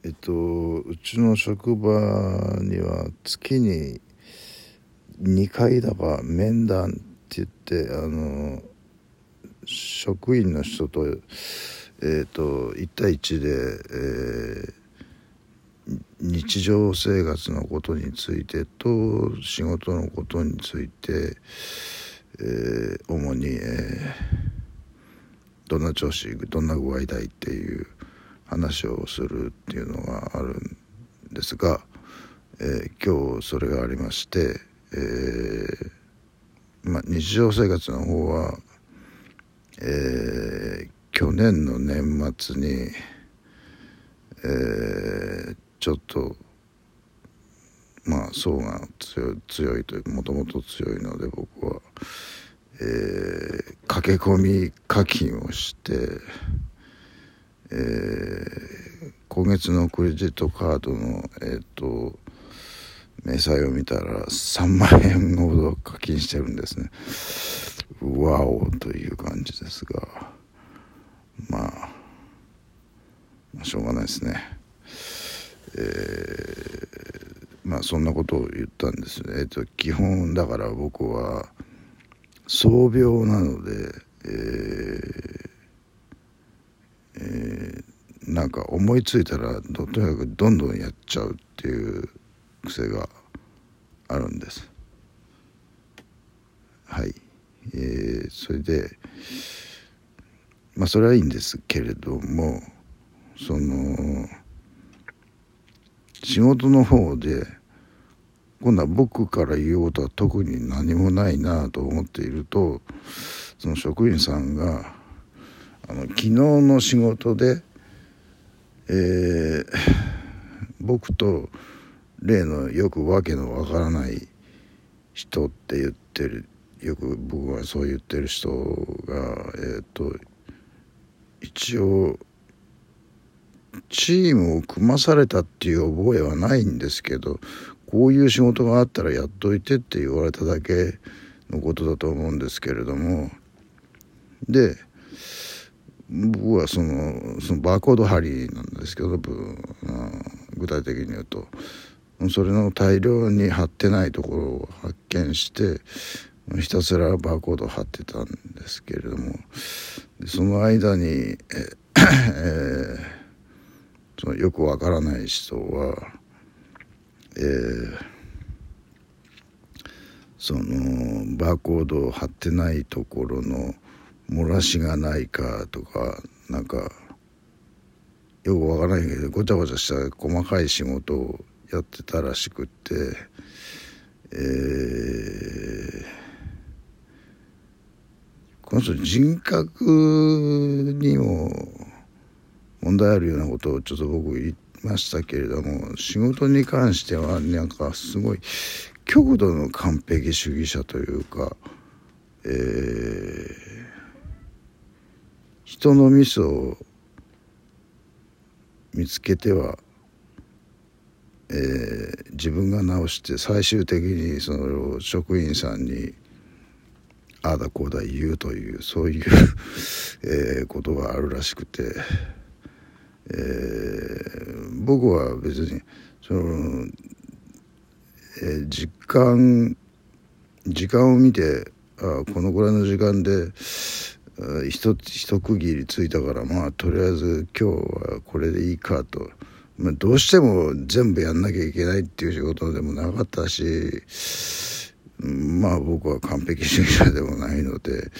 うちの職場には月に2回だか面談って言って職員の人と1対1で、日常生活のことについてと仕事のことについて、主に、どんな調子どんな具合だいっていう話をするっていうのがあるんですが、今日それがありまして、日常生活の方は、去年の年末に、ちょっと層が強いというもともと強いので僕は、駆け込み課金をして、今月のクレジットカードの明細を見たら3万円ほど課金してるんですね。ワオという感じですが、しょうがないですね。そんなことを言ったんですね。基本だから僕は創病なので、なんか思いついたらとにかくどんどんやっちゃうっていう癖があるんです。はい。それでそれはいいんですけれども、仕事の方で今度は僕から言うことは特に何もないなと思っていると、その職員さんが昨日の仕事で、僕と例のよくわけのわからない人って言ってる、よく僕はそう言ってる人が一応チームを組まされたっていう覚えはないんですけど、こういう仕事があったらやっといてって言われただけのことだと思うんですけれども、で僕はそのバーコード貼りなんですけど、具体的に言うとそれの大量に貼ってないところを発見してひたすらバーコードを貼ってたんですけれども、その間にそのよくわからない人は、そのバーコードを貼ってないところの漏らしがないかとか、なんかよくわからないけどごちゃごちゃした細かい仕事をやってたらしくって、この人人格にも問題あるようなことをちょっと僕言いましたけれども、仕事に関してはなんかすごい極度の完璧主義者というか、人のミスを見つけては、自分が直して最終的にその職員さんにああだこうだ言うという、そういう、ことがあるらしくて、僕は別にその、時間を見てこのぐらいの時間で一区切りついたからとりあえず今日はこれでいいかと、どうしても全部やんなきゃいけないっていう仕事でもなかったし、僕は完璧主義者でもないので、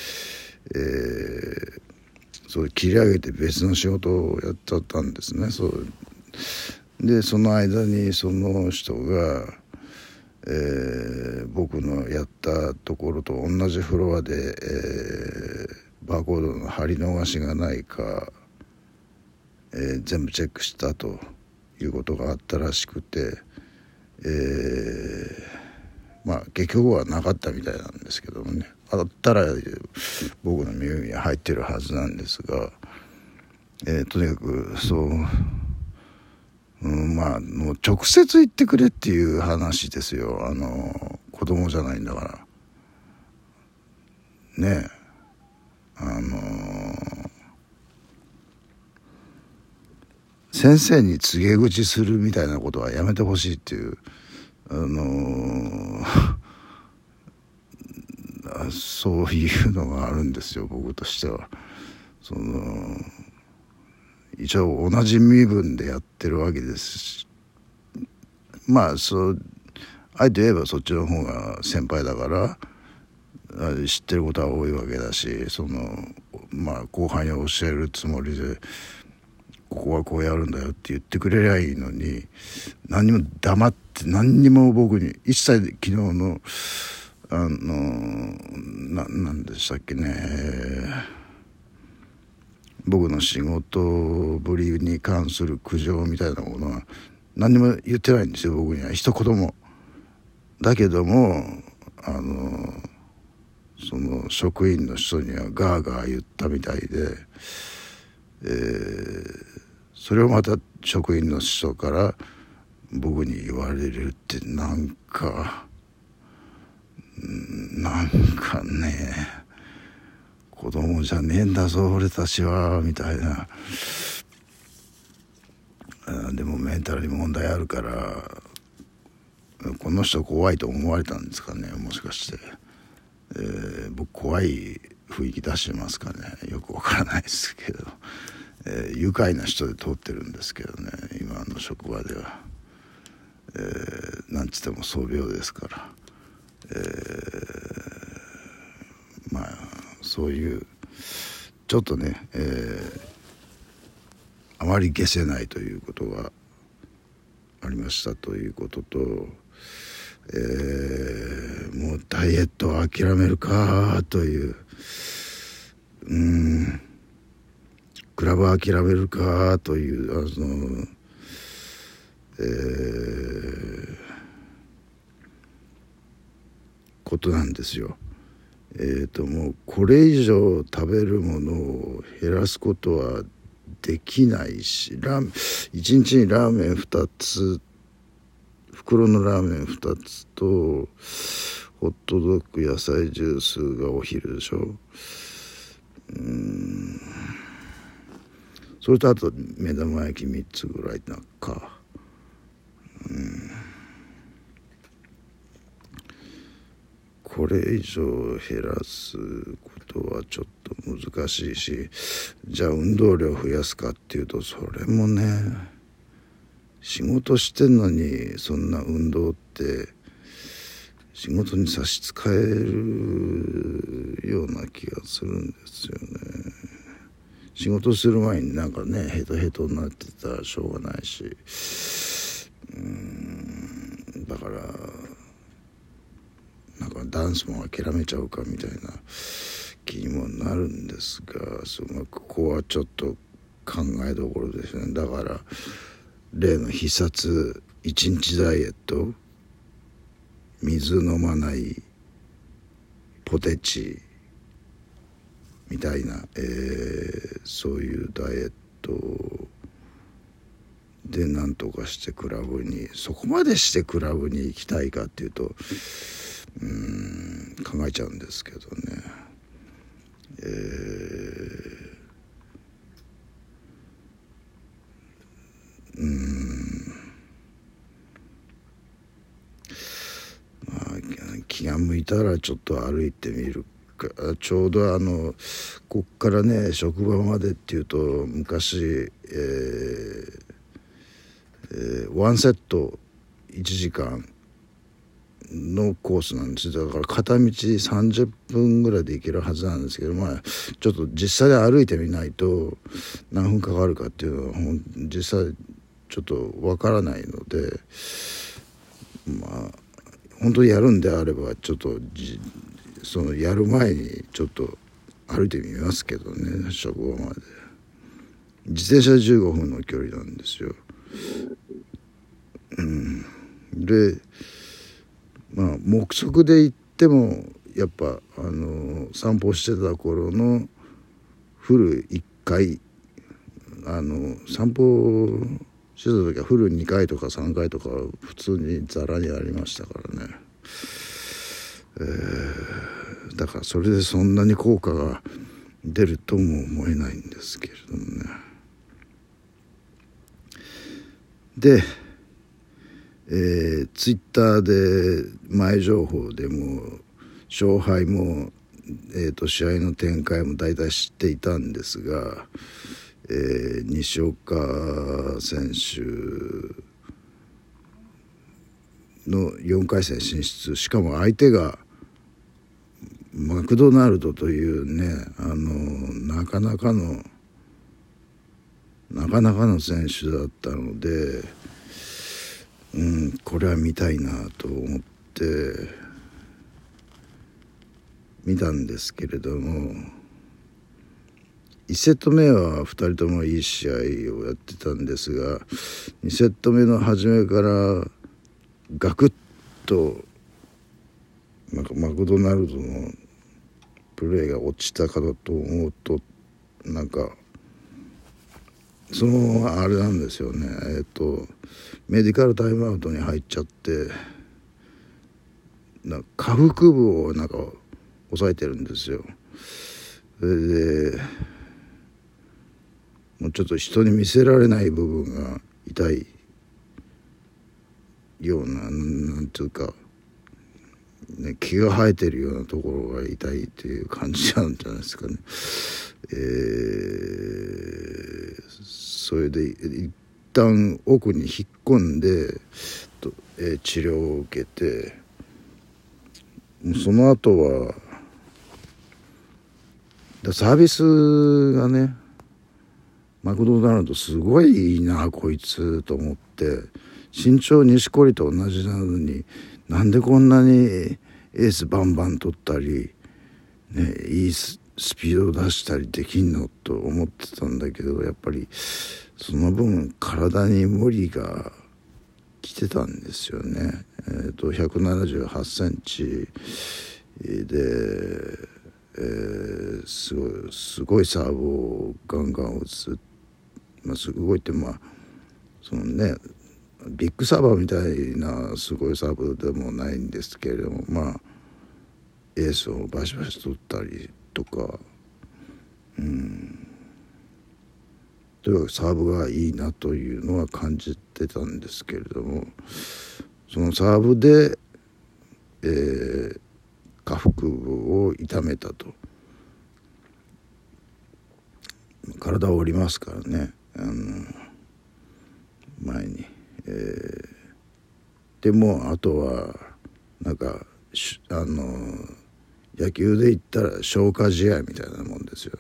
そう切り上げて別の仕事をやっちゃったんですね。そうでその間にその人が、僕のやったところと同じフロアで、バーコードの貼り逃しがないか、全部チェックしたということがあったらしくて、結局はなかったみたいなんですけどもね、あったら僕の耳に入ってるはずなんですが、とにかくもう直接言ってくれっていう話ですよ。子供じゃないんだからね。 先生に告げ口するみたいなことはやめてほしいっていうそういうのがあるんですよ、僕としては。一応同じ身分でやってるわけですし、まああえて言えばそっちの方が先輩だから知ってることは多いわけだし、後輩に教えるつもりでここはこうやるんだよって言ってくれりゃいいのに、何にも黙って何にも僕に一切昨日のなんでしたっけね、僕の仕事ぶりに関する苦情みたいなものは何にも言ってないんですよ、僕には一言も。だけどもその職員の人にはガーガー言ったみたいで、それをまた職員の人から僕に言われるってなんかね、子供じゃねえんだぞ俺たちはみたいな。でもメンタルに問題あるからこの人怖いと思われたんですかね、もしかして。僕怖い雰囲気出してますかね、よくわからないですけど、愉快な人で通ってるんですけどね、今の職場では。なんつっても創病ですから、そういうちょっとね、あまり消せないということがありましたということと、もうダイエットを諦めるかという、クラブ諦めるかということなんですよ。もうこれ以上食べるものを減らすことはできないし、1日にラーメン2つ、袋のラーメン2つとホットドッグ野菜ジュースがお昼でしょ。それとあと目玉焼き3つぐらいなんか。これ以上減らすことはちょっと難しいし、じゃあ運動量増やすかっていうとそれもね、仕事してんのにそんな運動って仕事に差し支えるような気がするんですよね。仕事する前になんかねヘトヘトになってたらしょうがないし、だからなんかダンスも諦めちゃうかみたいな気にもなるんですが、ここはちょっと考えどころですね。だから例の必殺1日ダイエット、水飲まないポテチみたいな、そういうダイエットでなんとかしてクラブに、そこまでしてクラブに行きたいかっていうと考えちゃうんですけどね。気が向いたらちょっと歩いてみるか。ちょうどこっからね職場までっていうと昔、ワンセット1時間のコースなんですよ。だから片道30分ぐらいで行けるはずなんですけど、ちょっと実際で歩いてみないと何分かかるかっていうのは実際ちょっとわからないので、本当にやるんであればちょっとそのやる前にちょっと歩いてみますけどね、職場まで。自転車で15分の距離なんですよ。で目測で行ってもやっぱ散歩してた頃のフル1回散歩してた時はフル2回とか3回とか普通にザラにありましたからね。だからそれでそんなに効果が出るとも思えないんですけれどもね。 で、ツイッターで前情報でも勝敗も、試合の展開も大体知っていたんですが、西岡選手の4回戦進出、しかも相手がマクドナルドというね、なかなかの選手だったので、これは見たいなと思って見たんですけれども、1セット目は2人ともいい試合をやってたんですが、2セット目の初めからガクッとなんかマクドナルドのプレーが落ちたかと思うと、なんかそのあれなんですよね、メディカルタイムアウトに入っちゃって、下腹部をなんか押さえてるんですよ。それでもうちょっと人に見せられない部分が痛いような、なんていうか、ね、毛が生えてるようなところが痛いっていう感じなんじゃないですかね。それで一旦奥に引っ込んで治療を受けて、その後はサービスがね、マクドナルドすごいいいなこいつと思って、身長錦織と同じなのになんでこんなにエースバンバン取ったり、ね、いいスピード出したりできんのと思ってたんだけど、やっぱりその分体に無理が来てたんですよね。178センチで、すごいサーブをガンガン打つ、すごいってそのねビッグサーバーみたいなすごいサーブでもないんですけれども、エースをバシバシ取ったりとか、とにかくサーブがいいなというのは感じてたんですけれども、そのサーブで、下腹部を痛めたと。体を折りますからね、前に。でもあとはなんか野球で言ったら消化試合みたいなもんですよ。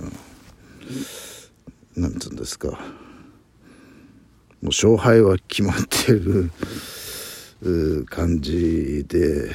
なんつうんですか、もう勝敗は決まってる感じで、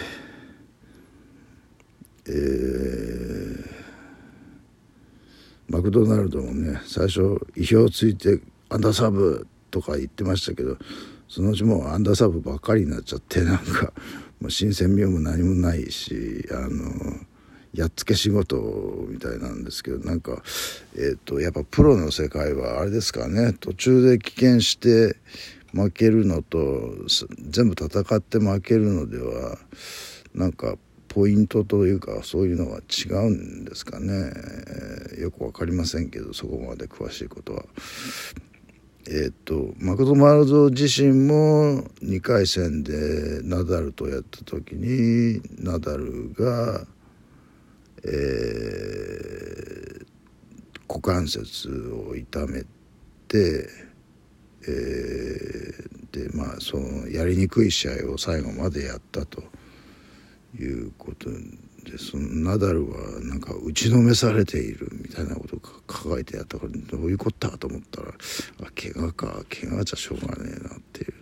マクドナルドもね、最初意表をついてアンダーサーブとか言ってましたけど、そのうちもうアンダーサーブばっかりになっちゃって、なんかもう新鮮味も何もないし、やっつけ仕事みたいなんですけど、なんかやっぱプロの世界はあれですかね、途中で棄権して負けるのと全部戦って負けるのではなんかポイントというかそういうのは違うんですかね。よくわかりませんけど、そこまで詳しいことは。マクドナルド自身も2回戦でナダルとやった時にナダルが、股関節を痛めて、でそのやりにくい試合を最後までやったということで、そのナダルはなんか打ちのめされているみたいなことを書いてあったから、どういうことだと思ったら、怪我じゃしょうがねえなっていう。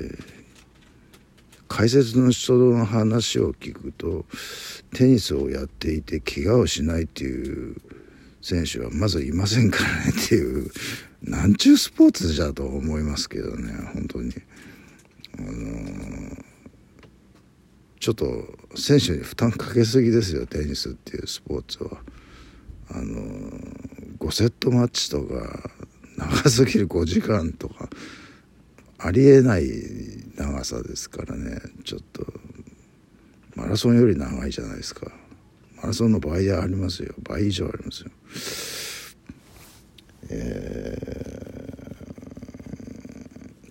で解説の人の話を聞くと、テニスをやっていて怪我をしないっていう選手はまずいませんからねっていう、なんちゅうスポーツじゃと思いますけどね、本当に。ちょっと選手に負担かけすぎですよ、テニスっていうスポーツは。5セットマッチとか長すぎる5時間とかありえない長さですからね。ちょっとマラソンより長いじゃないですか。マラソンの倍ありますよ、倍以上ありますよ。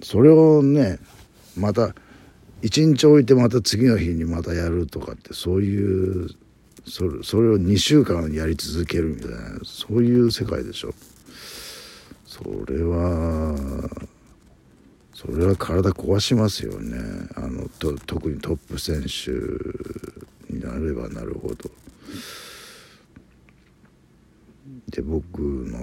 それをねまた1日置いてまた次の日にまたやるとかって、そういうそれを2週間やり続けるみたいな、そういう世界でしょ。それは体壊しますよね。特にトップ選手になればなるほど。で僕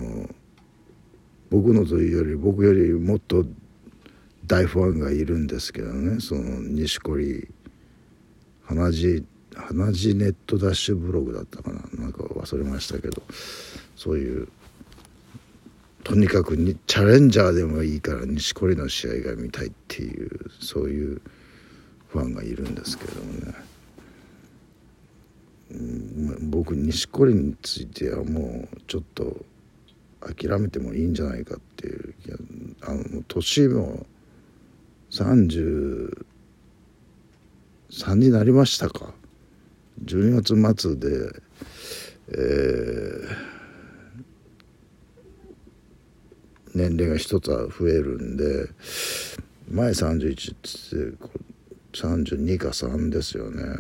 のというより僕よりもっと大ファンがいるんですけどね、その錦織花地ネットダッシュブログだったかな、なんか忘れましたけど、そういうとにかくチャレンジャーでもいいから錦織の試合が見たいっていう、そういうファンがいるんですけどもね、僕錦織についてはもうちょっと諦めてもいいんじゃないかっていう、年も33になりましたか。12月末で、年齢が一つは増えるんで、前31って32か3ですよね。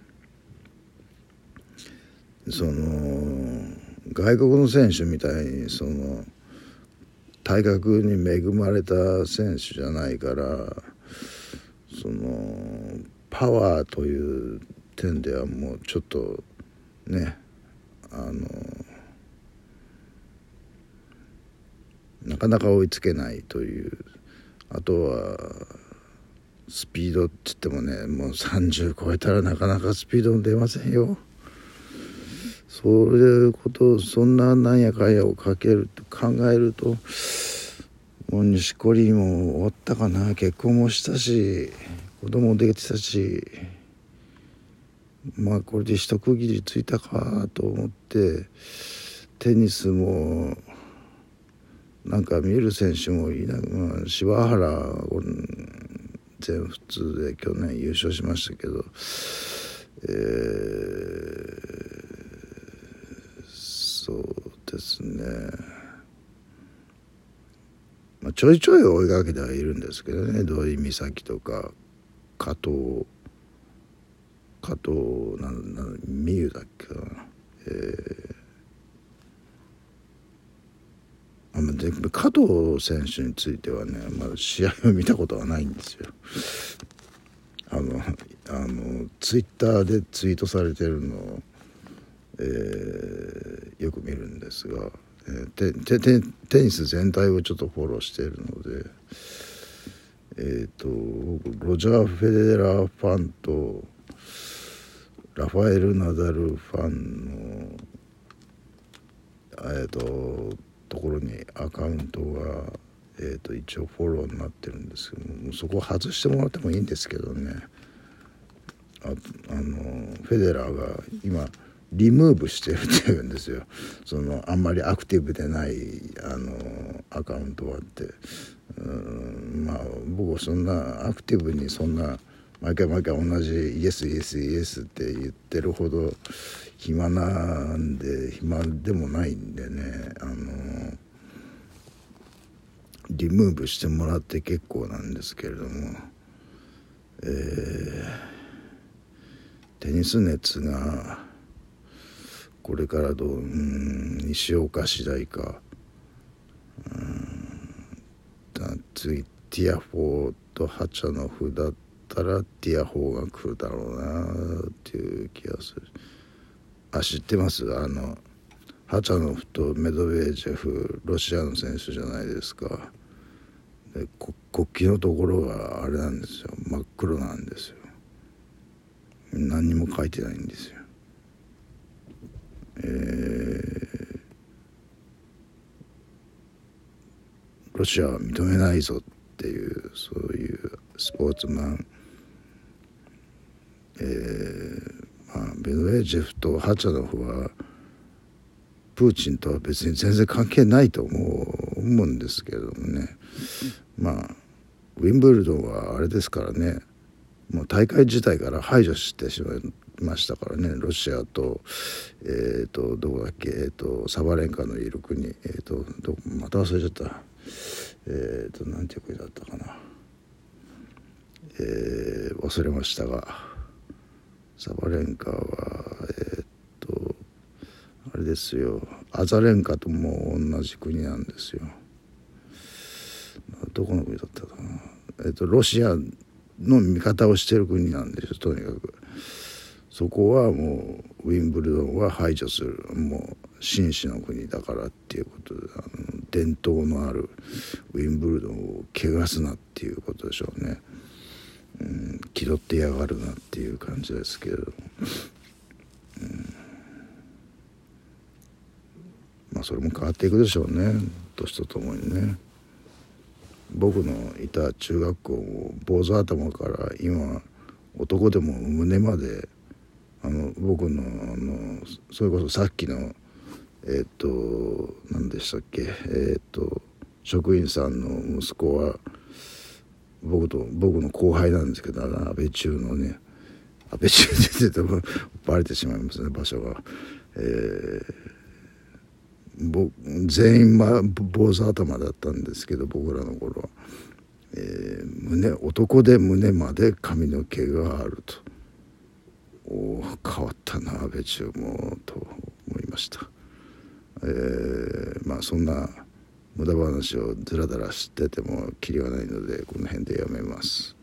その外国の選手みたいにその体格に恵まれた選手じゃないから、そのパワーという点ではもうちょっとね、なかなか追いつけないという。あとはスピードって言ってもね、もう30超えたらなかなかスピードも出ませんよ。そういうことをそんななんやかんやをかけると考えると、もう錦織も終わったかな。結婚もしたし子供もできてたし、まあこれで一区切りついたかと思って、テニスもなんか見る選手もいなく、柴原全仏で去年優勝しましたけど、そうですね、ちょいちょい追いかけてはいるんですけどね、土井美咲とか加藤美優だっけかな、加藤選手についてはね、試合を見たことはないんですよ。ツイッターでツイートされてるのを、よく見るんですが、テニス全体をちょっとフォローしているので、ロジャー・フェデラーファンとラファエル・ナダルファンのところにアカウントが、一応フォローになってるんですけども、そこを外してもらってもいいんですけどね。フェデラーが今リムーブしてるっていうんですよ。そのあんまりアクティブでないアカウントはあって、僕はそんなアクティブにそんな毎回同じイエスって言ってるほど暇でもないんでね、リムーブしてもらって結構なんですけれども、テニス熱がこれから西岡次第か、次ティアフォーとハチャノフだったらティアフォーが来るだろうなっていう気がする。知ってます？ハチャノフとメドベージェフ、ロシアの選手じゃないですか。で国旗のところがあれなんですよ、真っ黒なんですよ。何にも書いてないんですよ。ロシアは認めないぞっていう、そういうスポーツマン、メドベージェフとハチャノフはプーチンとは別に全然関係ないと思うんですけれどもね。ウィンブルドンはあれですからね、もう大会自体から排除してしまいましたからね。ロシアとどこだっけ、サバレンカのいる国、また忘れちゃった、なんていう国だったかな。 忘れましたが、サバレンカはあれですよ、アザレンカとも同じ国なんですよ。どこの国だったかな、ロシアの味方をしてる国なんですよ。とにかくそこはもうウィンブルドンは排除する、もう紳士の国だからっていうことで、伝統のあるウィンブルドンを汚すなっていうことでしょうね。気取ってやがるなっていう感じですけれども、まあそれも変わっていくでしょうね、年とともにね。僕のいた中学校も坊主頭から今男でも胸まで僕のそれこそさっきの何でしたっけ、職員さんの息子は僕の後輩なんですけど、安倍中のね、安倍中って言ってもバレてしまいますね、場所が。全員坊主頭だったんですけど、僕らの頃は、男で胸まで髪の毛があると、変わったな安倍中もと思いました。まあそんな無駄話をずらだらしててもキリがないので、この辺でやめます。